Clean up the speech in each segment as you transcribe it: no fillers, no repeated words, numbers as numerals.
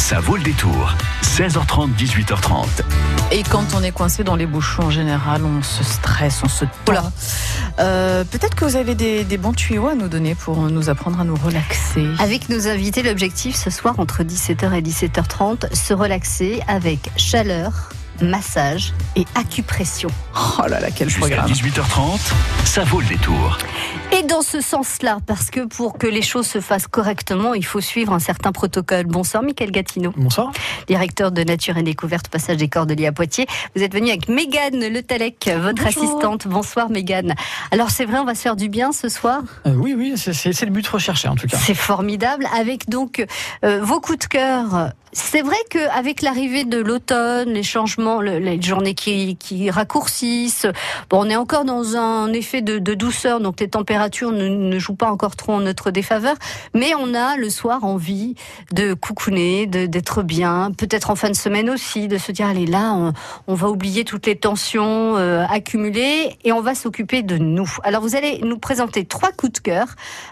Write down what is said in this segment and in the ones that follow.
Ça vaut le détour. 16h30, 18h30. Et quand on est coincé dans les bouchons, en général, on se stresse, on se tord. Peut-être que vous avez des bons tuyaux à nous donner pour nous apprendre à nous relaxer. Avec nos invités, l'objectif ce soir, entre 17h et 17h30, se relaxer avec chaleur, massage et acupression. Oh là là, quel Jusqu'à programme. 18h30, ça vaut le détour. Et dans ce sens-là, parce que pour que les choses se fassent correctement, il faut suivre un certain protocole. Bonsoir Mickaël Gatineau. Bonsoir. Directeur de Nature et Découverte, passage des Cordeliers à Poitiers. Vous êtes venu avec Mégane Le Tallec, votre assistante. Bonsoir Mégane. Alors c'est vrai, on va se faire du bien ce soir ? Oui, c'est le but recherché en tout cas. C'est formidable. Avec donc vos coups de cœur. C'est vrai qu'avec l'arrivée de l'automne, les changements, les journées qui raccourcissent, bon, on est encore dans un effet de douceur, donc les températures ne jouent pas encore trop en notre défaveur, mais on a le soir envie de coucouner, d'être bien, peut-être en fin de semaine aussi, de se dire allez là, on va oublier toutes les tensions accumulées et on va s'occuper de nous. Alors vous allez nous présenter 3 coups de cœur.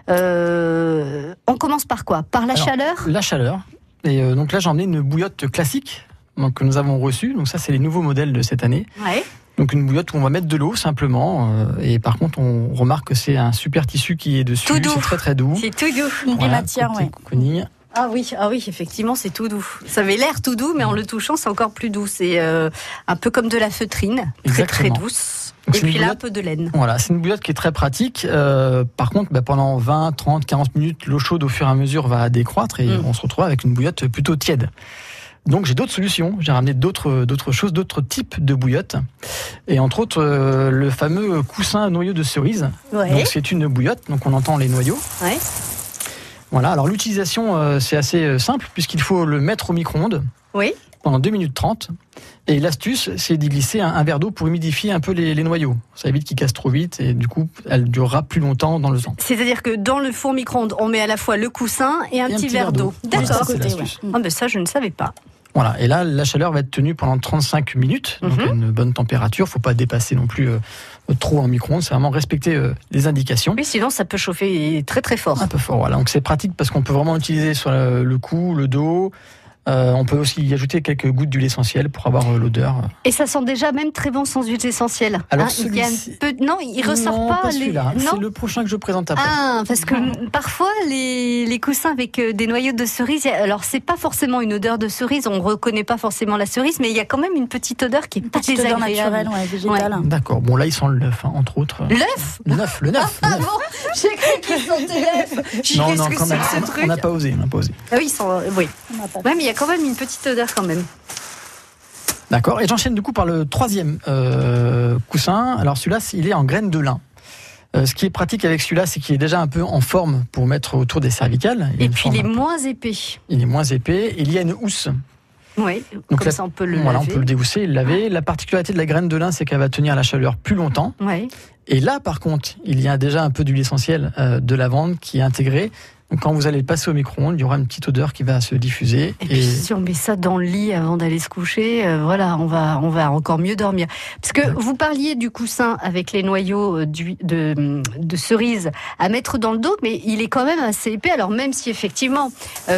On commence par quoi ? Par la chaleur ? La chaleur. Et donc là, j'ai emmené une bouillotte classique que nous avons reçue. Donc ça, c'est les nouveaux modèles de cette année. Ouais. Donc une bouillotte où on va mettre de l'eau simplement. Et par contre, on remarque que c'est un super tissu qui est dessus. Tout doux. C'est très très doux. C'est tout doux. Voilà, des matières, côté ouais. cocooning. Ah oui, effectivement, c'est tout doux. Ça avait l'air tout doux, mais en le touchant, c'est encore plus doux. C'est un peu comme de la feutrine, très très Exactement. douce. Donc, Et c'est une puis là, un bouillotte- peu de laine. Voilà, c'est une bouillotte qui est très pratique. Par contre, pendant 20, 30, 40 minutes, l'eau chaude au fur et à mesure va décroître et on se retrouve avec une bouillotte plutôt tiède. Donc j'ai d'autres solutions, j'ai ramené d'autres choses, d'autres types de bouillottes. Et entre autres, le fameux coussin à noyaux de cerise. Ouais. Donc c'est une bouillotte, donc on entend les noyaux. Ouais. Voilà, alors l'utilisation, c'est assez simple puisqu'il faut le mettre au micro-ondes Oui. pendant 2 minutes 30. Et l'astuce, c'est d'y glisser un verre d'eau pour humidifier un peu les noyaux. Ça évite qu'ils cassent trop vite et du coup, elle durera plus longtemps dans le temps. C'est-à-dire que dans le four micro-ondes, on met à la fois le coussin et un petit verre d'eau. Voilà, D'accord. ça, c'est l'astuce. Ah ben ça, je ne savais pas. Voilà, et là, la chaleur va être tenue pendant 35 minutes, donc à une bonne température. Il ne faut pas dépasser non plus trop en micro-ondes, c'est vraiment respecter les indications. Oui, sinon ça peut chauffer très très fort. Un peu fort, voilà. Donc c'est pratique parce qu'on peut vraiment l'utiliser sur le cou, le dos. On peut aussi y ajouter quelques gouttes d'huile essentielle pour avoir l'odeur. Et ça sent déjà même très bon sans huile essentielle. Alors, il y a un celui-ci- peu... Non, il ressort Non, pas. celui-là. Non. C'est le prochain que je présente après. Ah, parce que parfois les coussins avec des noyaux de cerise, alors c'est pas forcément une odeur de cerise, on reconnaît pas forcément la cerise, mais il y a quand même une petite odeur qui est pas Petite odeur désagréable. naturelle, végétale. D'accord, bon là il sent l'œuf, entre autres. L'œuf ? Le neuf. Ah bon, j'ai cru qu'il sentait l'œuf. J'ai dit, Non, qu'est-ce que quand c'est même, que ce truc on n'a pas osé. Ah oui, ils sont, oui. Ouais, mais il y a quand même une petite odeur quand même. D'accord, et j'enchaîne du coup par le 3e coussin. Alors celui-là, il est en graines de lin. Ce qui est pratique avec celui-là, c'est qu'il est déjà un peu en forme pour mettre autour des cervicales. Et puis il est moins épais. Il est moins épais. Et il y a une housse. Oui, Donc comme là, ça on peut le Voilà, on laver. peut le déhousser et le laver. La particularité de la graine de lin, c'est qu'elle va tenir la chaleur plus longtemps. Ouais. Et là, par contre, il y a déjà un peu d'huile essentielle de lavande qui est intégrée. Donc quand vous allez le passer au micro-ondes, il y aura une petite odeur qui va se diffuser. Et puis si on met ça dans le lit avant d'aller se coucher, voilà, on va encore mieux dormir. Parce que vous parliez du coussin avec les noyaux de cerise à mettre dans le dos, mais il est quand même assez épais. Alors même si effectivement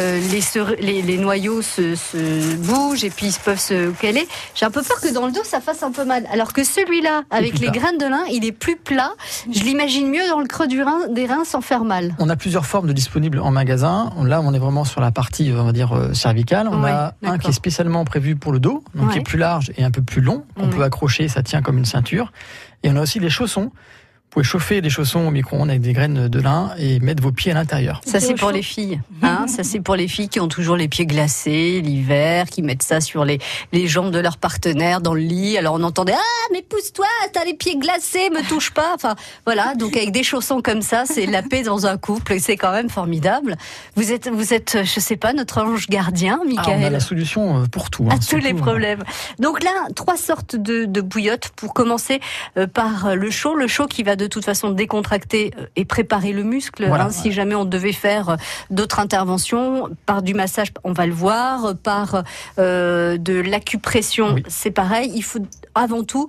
les noyaux se bougent et puis ils peuvent se caler, j'ai un peu peur que dans le dos ça fasse un peu mal. Alors que celui-là, avec les graines de lin, il est plus plat. Je l'imagine mieux dans le creux des reins sans faire mal. On a plusieurs formes de disponibles en magasin. Là, on est vraiment sur la partie, on va dire, cervicale. On a un qui est spécialement prévu pour le dos, donc qui est plus large et un peu plus long, qu'on peut accrocher, ça tient comme une ceinture. Et on a aussi les chaussons. Vous pouvez chauffer des chaussons au micro-ondes avec des graines de lin et mettre vos pieds à l'intérieur. Ça, c'est pour les filles. Hein, ça, c'est pour les filles qui ont toujours les pieds glacés l'hiver, qui mettent ça sur les jambes de leur partenaire dans le lit. Alors, on entendait « Ah, mais pousse-toi, t'as les pieds glacés, me touche pas !» Enfin, voilà. Donc, avec des chaussons comme ça, c'est la paix dans un couple. C'est quand même formidable. Vous êtes, je sais pas, notre ange gardien, Mickaël. On a la solution pour tout. À tous les problèmes. Donc là, 3 sortes de bouillottes. Pour commencer par le chaud qui va de toute façon décontracter et préparer le muscle. Voilà, Si jamais on devait faire d'autres interventions, par du massage, on va le voir, par de l'acupression, c'est pareil. Il faut avant tout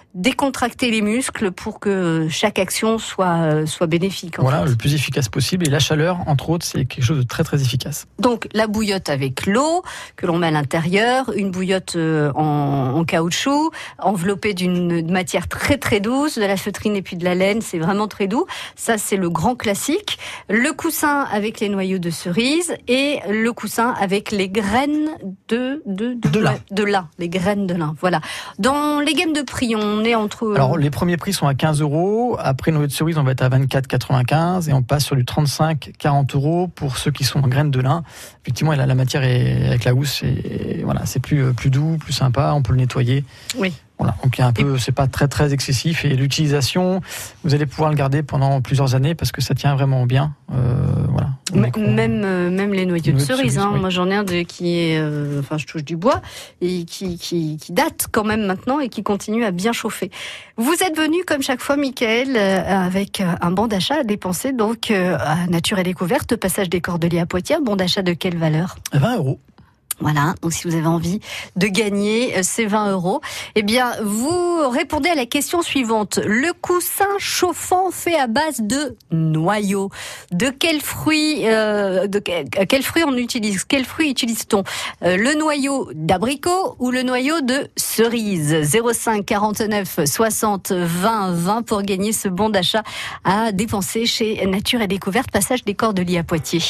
décontracter les muscles pour que chaque action soit bénéfique. Voilà, le plus efficace possible. Et la chaleur, entre autres, c'est quelque chose de très très efficace. Donc la bouillotte avec l'eau que l'on met à l'intérieur, une bouillotte en caoutchouc, enveloppée d'une matière très très douce, de la feutrine et puis de la laine, c'est vraiment très doux. Ça c'est le grand classique. Le coussin avec les noyaux de cerise et le coussin avec les graines de lin. Les graines de lin, voilà. Dans les gammes de prix, on est entre... Alors les premiers prix sont à 15 €. Après noyaux de cerise, on va être à 24,95 et on passe sur du 35-40 € pour ceux qui sont en graines de lin. Effectivement, la matière est avec la housse, et voilà, c'est plus doux, plus sympa, on peut le nettoyer. Oui. Voilà, donc il y a un peu, c'est pas très très excessif, et l'utilisation, vous allez pouvoir le garder pendant plusieurs années parce que ça tient vraiment bien. Voilà. Même les noyaux de cerise, hein. Oui. Moi j'en ai un qui est, je touche du bois et qui date quand même maintenant et qui continue à bien chauffer. Vous êtes venu comme chaque fois, Michael, avec un bon d'achat à dépenser donc à Nature et Découverte, passage des Cordeliers à Poitiers. Bon d'achat de quelle valeur ? 20 €. Voilà, donc si vous avez envie de gagner ces 20 €, eh bien vous répondez à la question suivante. Le coussin chauffant fait à base de noyaux. De quel fruit on utilise ? Quel fruit utilise-t-on ? Le noyau d'abricot ou le noyau de cerise ? 05 49 60 20 20 pour gagner ce bon d'achat à dépenser chez Nature et Découverte, passage des Cordeliers à Poitiers.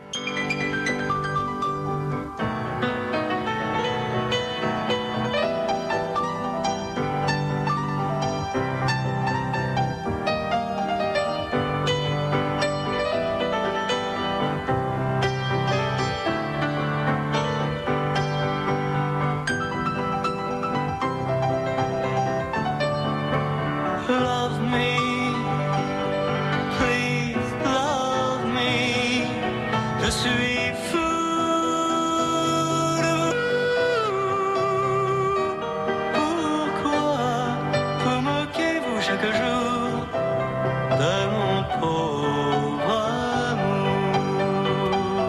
Love me, please love me. Je suis fou de vous. Pourquoi vous moquez-vous chaque jour de mon pauvre amour?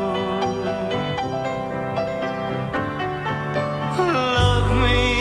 Love me.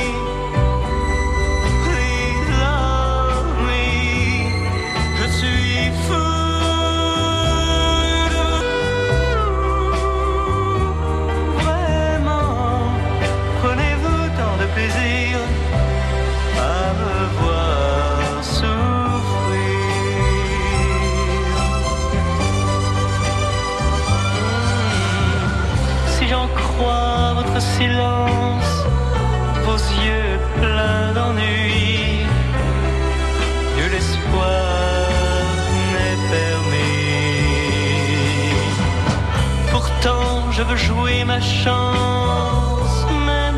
Silence, vos yeux pleins d'ennui, nul espoir n'est permis. Pourtant je veux jouer ma chance, même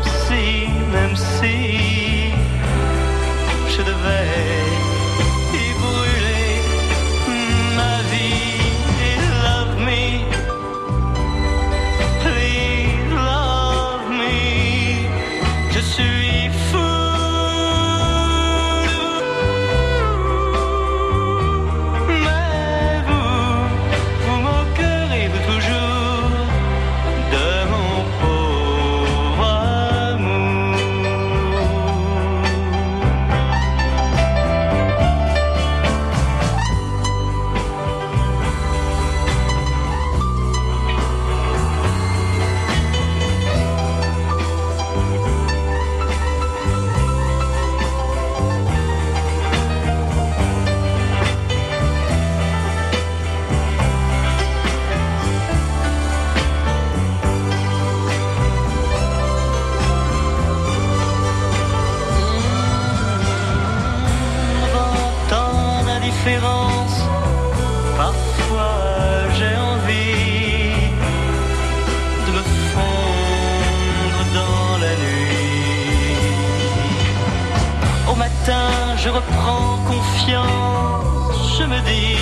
si je devais y brûler ma vie. Love me. Je suis fou de vous, mais vous moquerez-vous toujours de mon pauvre amour? Parfois j'ai envie de me fondre dans la nuit. Au matin je reprends confiance, je me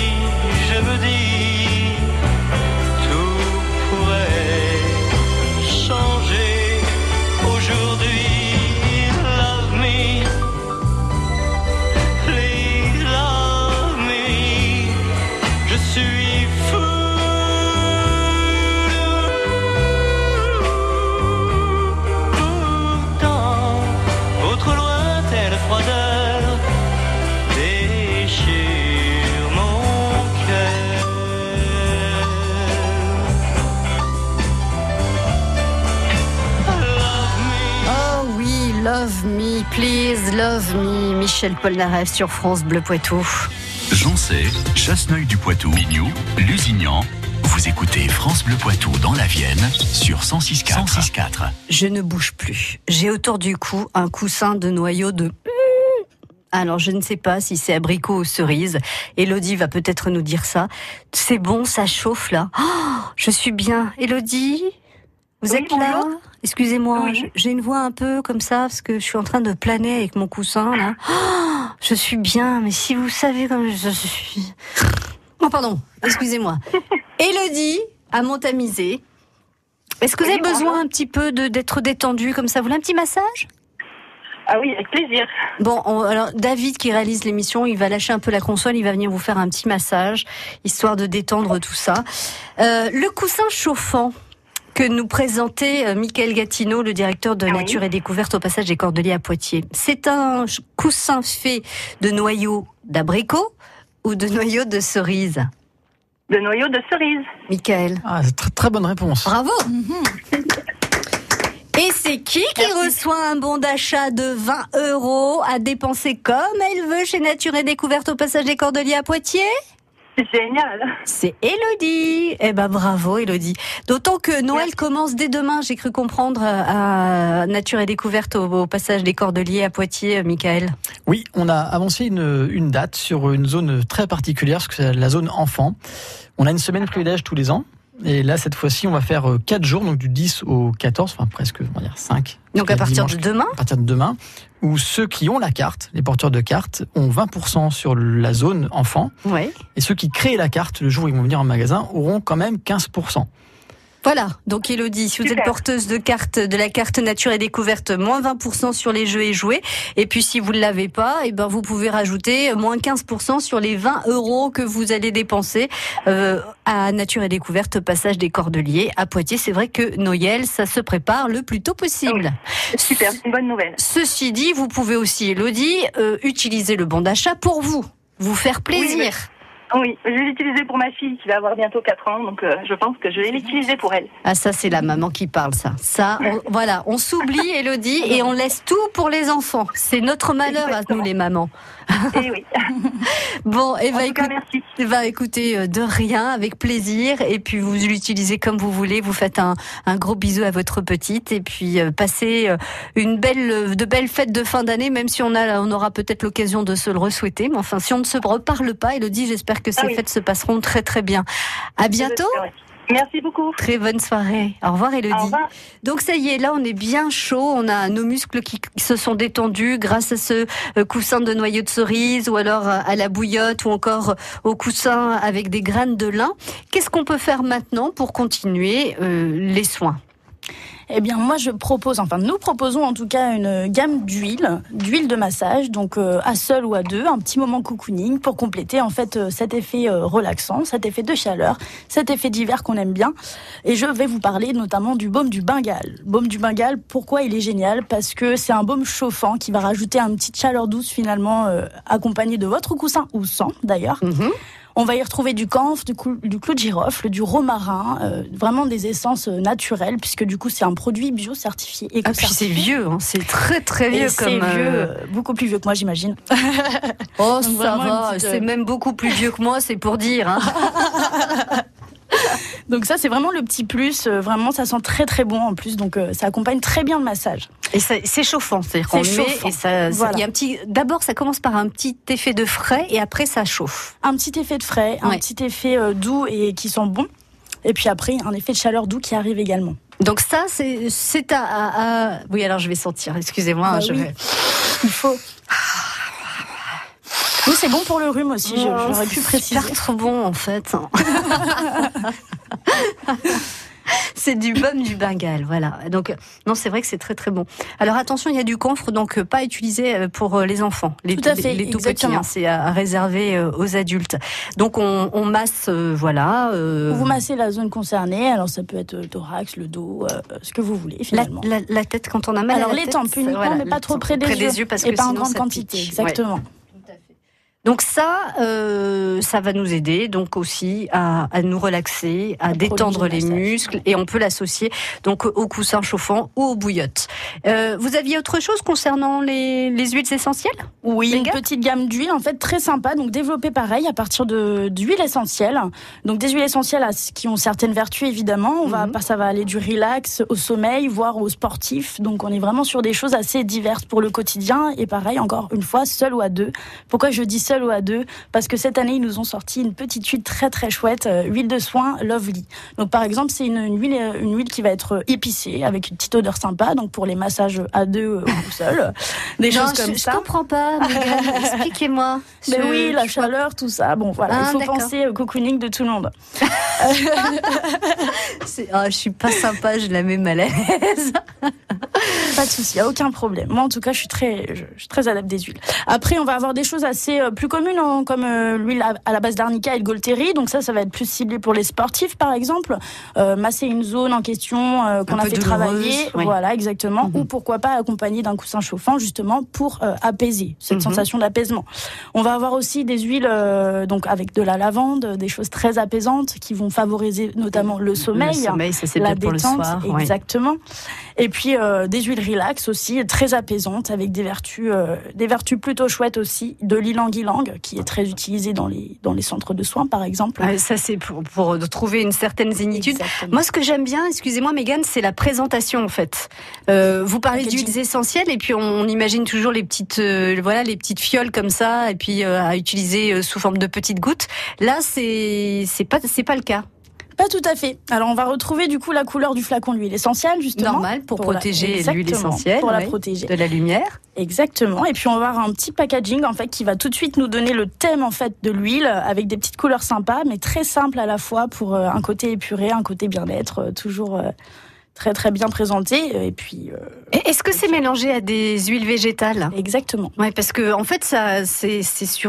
dis, tout pourrait changer aujourd'hui. Love me. Je suis fou de vous. Pourtant, votre lointaine froideur Me, Please Love Me, Michel Polnareff sur France Bleu Poitou. Joncé, Chasseneuil du Poitou, Bignoux, Lusignan. Vous écoutez France Bleu Poitou dans la Vienne sur 106.4. Je ne bouge plus. J'ai autour du cou un coussin de noyau de... Alors, je ne sais pas si c'est abricot ou cerise. Élodie va peut-être nous dire ça. C'est bon, ça chauffe là. Oh, je suis bien. Élodie, vous êtes là? Excusez-moi, j'ai une voix un peu comme ça parce que je suis en train de planer avec mon coussin là. Oh, je suis bien, mais si vous savez comme je suis... Oh pardon, excusez-moi. Élodie, à Montamisé. Est-ce que vous avez besoin un petit peu d'être détendu comme ça? Vous voulez un petit massage? Ah oui, avec plaisir. Bon, alors David qui réalise l'émission, il va lâcher un peu la console, il va venir vous faire un petit massage, histoire de détendre tout ça. Le coussin chauffant que nous présentait Michael Gatineau, le directeur de Nature et Découverte au passage des Cordeliers à Poitiers. C'est un coussin fait de noyaux d'abricot ou de noyaux de cerise? De noyaux de cerise. Michael. Ah, c'est très, très bonne réponse. Bravo. Et c'est qui reçoit un bon d'achat de 20 € à dépenser comme elle veut chez Nature et Découverte au passage des Cordeliers à Poitiers? Génial. C'est Élodie. Eh ben bravo Élodie. D'autant que Noël commence dès demain, j'ai cru comprendre, à Nature et Découverte au passage des Cordeliers à Poitiers, Michael. Oui, on a avancé une date sur une zone très particulière, parce que c'est la zone enfant. On a une semaine privilège tous les ans. Et là, cette fois-ci, on va faire 4 jours, donc du 10 au 14, enfin presque, on va dire 5. Donc à partir de demain ? À partir de demain, où ceux qui ont la carte, les porteurs de carte, ont 20% sur la zone enfant. Ouais. Et ceux qui créent la carte, le jour où ils vont venir en magasin, auront quand même 15%. Voilà, donc Élodie, si vous êtes porteuse de la carte Nature et Découverte, moins 20% sur les jeux et jouets. Et puis si vous ne l'avez pas, eh ben vous pouvez rajouter moins 15% sur les 20 € que vous allez dépenser à Nature et Découverte, passage des Cordeliers à Poitiers. C'est vrai que Noël, ça se prépare le plus tôt possible. Oui. Super, c'est une bonne nouvelle. Ceci dit, vous pouvez aussi, Élodie, utiliser le bon d'achat pour vous faire plaisir. Oui, je vais l'utiliser pour ma fille qui va avoir bientôt 4 ans, donc je pense que je vais l'utiliser pour elle. Ah ça c'est la maman qui parle ça. Voilà, on s'oublie Élodie et on laisse tout pour les enfants. C'est notre malheur à nous les mamans. Eh oui. Bon, et merci. Écoutez, de rien, avec plaisir. Et puis vous l'utilisez comme vous voulez. Vous faites un gros bisou à votre petite et puis passez de belles fêtes de fin d'année, même si on aura peut-être l'occasion de se le re-souhaiter. Mais enfin, si on ne se reparle pas, Élodie, j'espère que ces fêtes se passeront très très bien. À bientôt. Merci beaucoup. Très bonne soirée. Au revoir Élodie. Au revoir. Donc ça y est, là on est bien chaud, on a nos muscles qui se sont détendus grâce à ce coussin de noyau de cerise ou alors à la bouillotte ou encore au coussin avec des graines de lin. Qu'est-ce qu'on peut faire maintenant pour continuer les soins ? Eh bien, moi, nous proposons en tout cas une gamme d'huile de massage, donc à seul ou à deux, un petit moment cocooning pour compléter en fait cet effet relaxant, cet effet de chaleur, cet effet d'hiver qu'on aime bien. Et je vais vous parler notamment du baume du Bengale. Baume du Bengale, pourquoi il est génial ? Parce que c'est un baume chauffant qui va rajouter une petite chaleur douce finalement, accompagné de votre coussin ou sans d'ailleurs. Mm-hmm. On va y retrouver du camphre, du clou de girofle, du romarin, vraiment des essences naturelles, puisque du coup c'est un produit bio-certifié. Ah puis c'est vieux, hein, c'est très très vieux. C'est vieux, beaucoup plus vieux que moi j'imagine. Oh ça va, c'est même beaucoup plus vieux que moi, c'est pour dire. Hein. Donc ça c'est vraiment le petit plus, vraiment ça sent très très bon en plus, donc ça accompagne très bien le massage. Et c'est chauffant, c'est-à-dire qu'on met et ça, voilà. Y a d'abord ça commence par un petit effet de frais et après ça chauffe. Un petit effet de frais, un petit effet doux et qui sent bon, et puis après un effet de chaleur doux qui arrive également. Donc ça c'est à... Oui alors je vais sentir, excusez-moi. Il faut... Oui, c'est bon pour le rhume aussi, j'aurais pu préciser. C'est trop bon en fait. C'est du baume du Bengale, voilà. Donc non, c'est vrai que c'est très très bon. Alors attention, il y a du camphre, donc pas utilisé pour les enfants, les tout petits. Hein, c'est à réserver aux adultes. Donc on masse, voilà. Vous massez la zone concernée. Alors ça peut être le thorax, le dos, ce que vous voulez finalement. La tête quand on a mal. Alors à la les tempes uniquement, mais pas trop près des yeux, parce et que pas en sinon, grande ça quantité. pique. Exactement. Ouais. Donc ça va nous aider donc aussi à nous relaxer, à détendre les muscles, et on peut l'associer donc au coussin chauffant ou aux bouillottes. Vous aviez autre chose concernant les huiles essentielles ? Oui, une petite gamme d'huiles en fait très sympa, donc développée pareil à partir d'huiles essentielles. Donc des huiles essentielles qui ont certaines vertus évidemment. Ça va aller du relax au sommeil, voire aux sportifs. Donc on est vraiment sur des choses assez diverses pour le quotidien, et pareil encore une fois seul ou à deux. Pourquoi je dis seul ou à deux ? Parce que cette année ils nous ont sorti une petite huile très très chouette, huile de soin Lovely. Donc par exemple c'est une huile qui va être épicée avec une petite odeur sympa, donc pour les massages à deux ou seul, des choses comme ça. Je comprends pas, Mégane, expliquez-moi. Mais oui, la chaleur, tout ça. Bon voilà, il faut penser au cocooning de tout le monde. Je suis pas sympa, je la mets mal à l'aise. Pas de souci, y a aucun problème. Moi en tout cas, je suis très adepte des huiles. Après, on va avoir des choses assez plus communes, comme l'huile à la base d'arnica et de Golteri. Donc ça va être plus ciblé pour les sportifs, par exemple. Masser une zone en question qu'on a fait travailler, oui. Voilà, exactement. Ou pourquoi pas accompagné d'un coussin chauffant, justement, pour apaiser cette sensation d'apaisement. On va avoir aussi des huiles, donc avec de la lavande, des choses très apaisantes qui vont favoriser notamment le sommeil, ça, c'est la détente, pour le soir, exactement. Ouais. Et puis des huiles relax aussi, très apaisantes, avec des vertus plutôt chouettes aussi, de l'ylang-ylang, qui est très utilisé dans les centres de soins, par exemple. Ça, c'est pour trouver une certaine zénitude. Exactement. Moi, ce que j'aime bien, excusez-moi, Mégane, c'est la présentation, en fait. Vous parlez d'huiles essentielles, et puis on imagine toujours les petites fioles comme ça, et puis à utiliser sous forme de petites gouttes. Là, c'est pas le cas. Pas tout à fait. Alors on va retrouver du coup la couleur du flacon d'huile essentielle, justement. Normal, pour protéger l'huile essentielle. Pour la protéger. De la lumière. Exactement. Et puis on va avoir un petit packaging en fait qui va tout de suite nous donner le thème en fait de l'huile, avec des petites couleurs sympas, mais très simples à la fois, pour un côté épuré, un côté bien-être, toujours très très bien présenté. Et puis est-ce que c'est mélangé à des huiles végétales ? Exactement. Ouais, parce que en fait ça c'est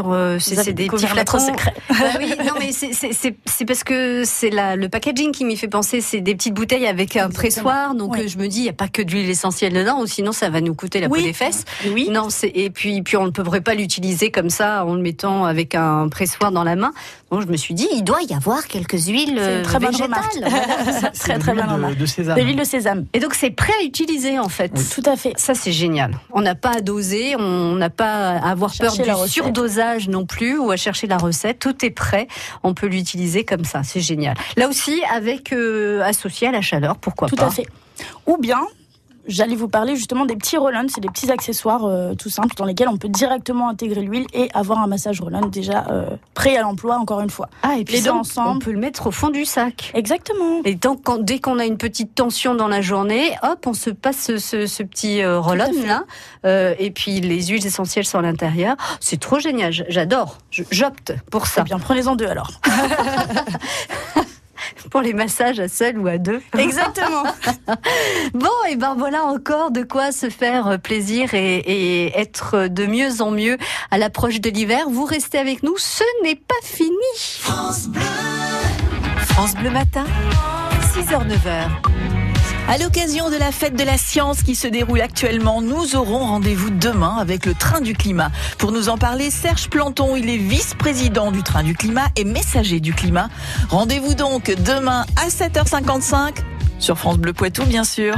des petits flacons secrets. Oui, non mais c'est parce que c'est le packaging qui m'y fait penser, c'est des petites bouteilles avec un pressoir, donc je me dis il y a pas que d'huile essentielle dedans, ou sinon ça va nous coûter la peau des fesses. Oui. Non, et puis on ne pourrait pas l'utiliser comme ça en le mettant avec un pressoir dans la main. Donc je me suis dit il doit y avoir quelques huiles végétales. Voilà. Très très bonne remarque. De sésame. De l'huile de sésame. Et donc c'est prêt à utiliser en fait. Oui, tout à fait. Ça c'est génial. On n'a pas à doser, on n'a pas à avoir peur du surdosage non plus, ou à chercher la recette. Tout est prêt, on peut l'utiliser comme ça, c'est génial. Là aussi avec associé à la chaleur, pourquoi pas. Tout à fait. Ou bien j'allais vous parler justement des petits roll-on, c'est des petits accessoires tout simples dans lesquels on peut directement intégrer l'huile et avoir un massage roll-on déjà prêt à l'emploi, encore une fois. Ah, et puis les deux ensemble, on peut le mettre au fond du sac. Exactement. Et dès qu'on a une petite tension dans la journée, hop, on se passe ce petit roll-on là, et puis les huiles essentielles sont à l'intérieur. C'est trop génial, j'adore, j'opte pour ça. Eh bien, prenez-en 2 alors. Pour les massages à seul ou à deux. Exactement. Bon, et ben voilà encore de quoi se faire plaisir et être de mieux en mieux à l'approche de l'hiver. Vous restez avec nous, ce n'est pas fini. France Bleu. France Bleu Matin, 6h-9h. À l'occasion de la fête de la science qui se déroule actuellement, nous aurons rendez-vous demain avec le Train du Climat. Pour nous en parler, Serge Planton, il est vice-président du Train du Climat et messager du climat. Rendez-vous donc demain à 7h55 sur France Bleu Poitou, bien sûr.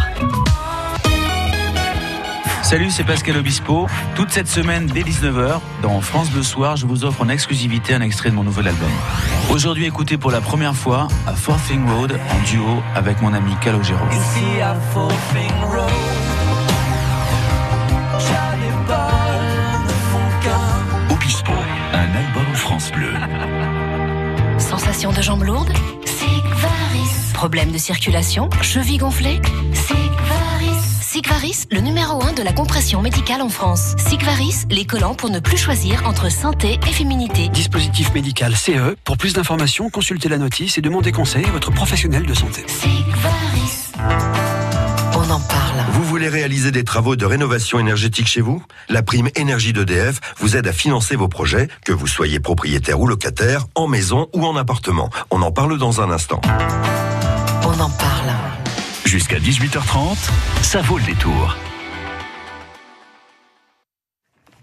Salut, c'est Pascal Obispo. Toute cette semaine, dès 19h, dans France Bleu Soir, je vous offre en exclusivité un extrait de mon nouvel album. Aujourd'hui, écoutez pour la première fois A Forthing Road en duo avec mon ami Calogero. Ici à Forthing Road, j'allais pas de Fonquin. Obispo, un album France Bleu. Sensation de jambes lourdes? Sigvaris. Problème de circulation? Cheville gonflée? Sigvaris. Sigvaris, le numéro 1 de la compression médicale en France. Sigvaris, les collants pour ne plus choisir entre santé et féminité. Dispositif médical CE. Pour plus d'informations, consultez la notice et demandez conseil à votre professionnel de santé. Sigvaris. On en parle. Vous voulez réaliser des travaux de rénovation énergétique chez vous ? La prime énergie d'EDF vous aide à financer vos projets, que vous soyez propriétaire ou locataire, en maison ou en appartement. On en parle dans un instant. On en parle. Jusqu'à 18h30, ça vaut le détour.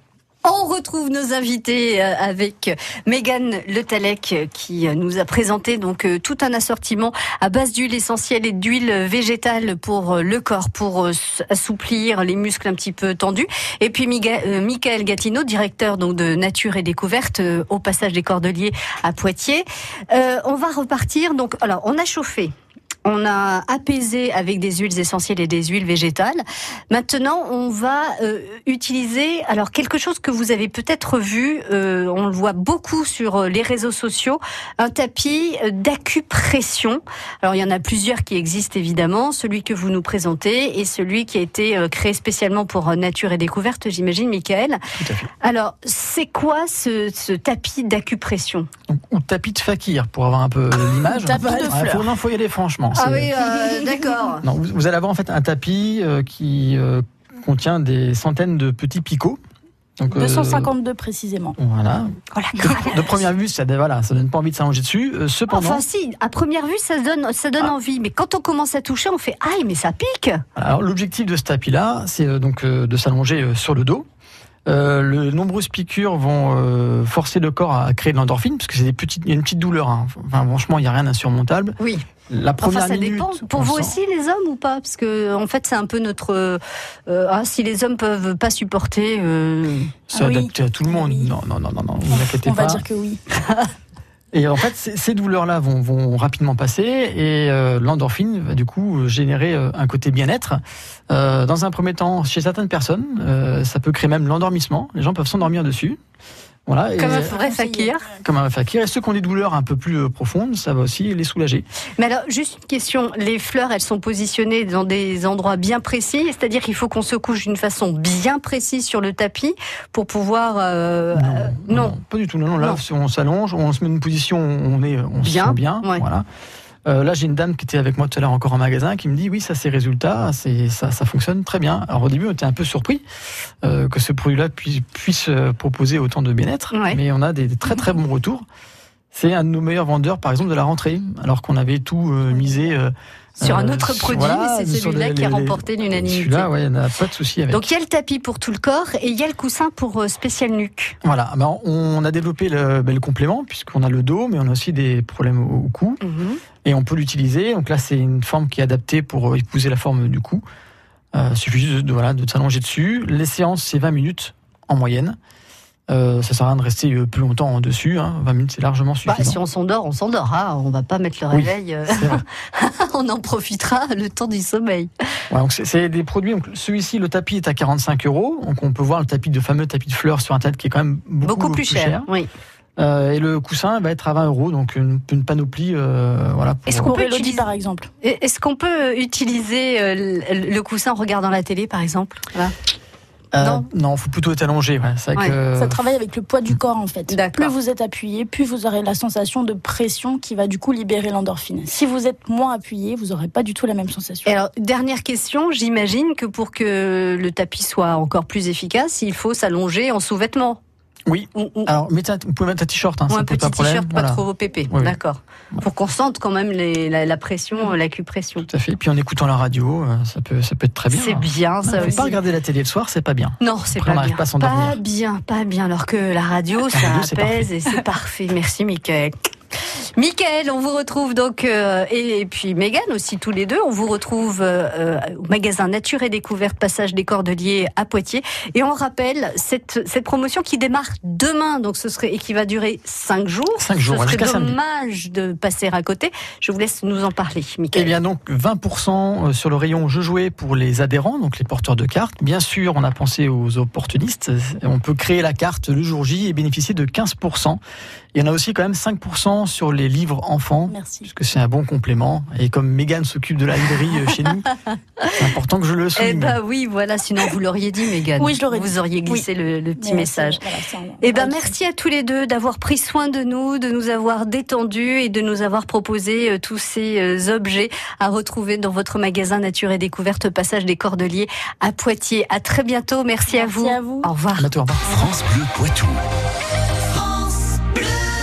On retrouve nos invités avec Mégane Le Tallec qui nous a présenté donc tout un assortiment à base d'huile essentielle et d'huile végétale pour le corps, pour assouplir les muscles un petit peu tendus. Et puis Michael Gatineau, directeur donc de Nature et Découverte au Passage des Cordeliers à Poitiers. On va repartir. Donc, alors, on a chauffé. On a apaisé avec des huiles essentielles et des huiles végétales. Maintenant, on va utiliser alors quelque chose que vous avez peut-être vu, on le voit beaucoup sur les réseaux sociaux, un tapis d'acupression. Alors, il y en a plusieurs qui existent évidemment, celui que vous nous présentez et celui qui a été créé spécialement pour Nature et Découverte, j'imagine, Michael. Tout à fait. Alors, c'est quoi ce tapis d'acupression ? Ou tapis de fakir, pour avoir un peu l'image. Tapis de fleurs. Il faut y aller franchement. Ah oui, d'accord. Non, vous allez avoir en fait un tapis qui contient des centaines de petits picots. Donc, 252 précisément. Voilà. Oh, De première vue, ça donne pas envie de s'allonger dessus. Cependant, enfin si, à première vue, ça donne envie. Mais quand on commence à toucher, on fait « Aïe, mais ça pique !» Alors l'objectif de ce tapis-là, c'est donc de s'allonger sur le dos. Les nombreuses piqûres vont forcer le corps à créer de l'endorphine, parce que il y a une petite douleur. Hein. Enfin, franchement, il n'y a rien d'insurmontable. Oui. La première ça minute, dépend. Pour vous aussi, les hommes, ou pas ? Parce que, en fait, c'est un peu notre... si les hommes peuvent pas supporter... C'est adapté à tout le monde. Oui. Non, vous inquiétez pas. On va dire que oui. Et en fait, ces douleurs-là vont rapidement passer et l'endorphine va du coup générer un côté bien-être. Dans un premier temps, chez certaines personnes, ça peut créer même l'endormissement. Les gens peuvent s'endormir dessus. Voilà, comme un vrai fakir. Comme un fakir. Et ceux qui ont des douleurs un peu plus profondes, ça va aussi les soulager. Mais alors, juste une question. Les fleurs, elles sont positionnées dans des endroits bien précis. C'est-à-dire qu'il faut qu'on se couche d'une façon bien précise sur le tapis pour pouvoir... Non, pas du tout. Non. Là, si on s'allonge, on se met dans une position où on se sent bien. Ouais. Voilà. Là, j'ai une dame qui était avec moi tout à l'heure encore en magasin qui me dit oui, ça c'est résultat, ça fonctionne très bien. Alors au début, on était un peu surpris que ce produit-là puisse proposer autant de bien-être, mais on a des très très bons retours. C'est un de nos meilleurs vendeurs, par exemple, de la rentrée, alors qu'on avait tout misé sur un autre produit, mais c'est celui-là qui a remporté l'unanimité. Celui-là, il n'y a pas de souci avec. Donc il y a le tapis pour tout le corps et il y a le coussin pour spécial nuque. Voilà, on a développé le complément, puisqu'on a le dos, mais on a aussi des problèmes au cou. Et on peut l'utiliser. Donc là, c'est une forme qui est adaptée pour épouser la forme du cou. Il suffit juste de s'allonger dessus. Les séances, c'est 20 minutes en moyenne. Ça sert à rien de rester plus longtemps en dessus. 20 minutes, c'est largement suffisant. Si on s'endort, on s'endort. On va pas mettre le réveil. On en profitera le temps du sommeil. Ouais, donc c'est des produits. Donc celui-ci, le tapis est à 45 €. Donc on peut voir le fameux tapis de fleurs sur Internet qui est quand même beaucoup plus cher. Oui. Et le coussin va être à 20 €, donc une panoplie. Voilà. Est-ce qu'on peut utiliser, par exemple ? Est-ce qu'on peut utiliser le coussin en regardant la télé, par exemple ? Voilà. Non, faut plutôt être allongé. Ouais. C'est vrai que... Ça travaille avec le poids du corps en fait. D'accord. Plus vous êtes appuyé, plus vous aurez la sensation de pression qui va du coup libérer l'endorphine. Si vous êtes moins appuyé, vous n'aurez pas du tout la même sensation. Et alors, dernière question, j'imagine que pour que le tapis soit encore plus efficace, il faut s'allonger en sous-vêtements. Oui. Alors, vous pouvez mettre un t-shirt. Ou un petit t-shirt, pas trop pépé. Oui. D'accord. Oui. Pour qu'on sente quand même la pression, l'acupression. Tout à fait. Et puis en écoutant la radio, ça peut être très bien. C'est bien, ça aussi. Faut pas regarder la télé le soir, c'est pas bien. Non, c'est pas bien. Pas à s'endormir. Pas bien. Alors que la radio, ça apaise et c'est parfait. Merci, Michael. Michael, on vous retrouve donc, et puis Mégane aussi, tous les deux, on vous retrouve au magasin Nature et Découverte, Passage des Cordeliers à Poitiers. Et on rappelle cette promotion qui démarre demain, donc et qui va durer 5 jours. 5 jours, ce serait dommage de passer à côté. Je vous laisse nous en parler, Michael. Eh bien donc 20% sur le rayon jeux jouets pour les adhérents, donc les porteurs de cartes. Bien sûr, on a pensé aux opportunistes. On peut créer la carte le jour J et bénéficier de 15%. Et on a aussi quand même 5% sur les livres enfants, puisque c'est un bon complément. Et comme Mégane s'occupe de la librairie chez nous, c'est important que je le souligne. Eh ben oui, voilà, sinon vous l'auriez dit, Mégane. Oui, je l'aurais dit. Vous auriez glissé le petit message. Merci à tous les deux d'avoir pris soin de nous avoir détendus et de nous avoir proposé tous ces objets à retrouver dans votre magasin Nature et Découverte, Passage des Cordeliers à Poitiers. À très bientôt. Merci à vous. À vous. Au revoir. À bientôt, au revoir. France Bleu Poitou.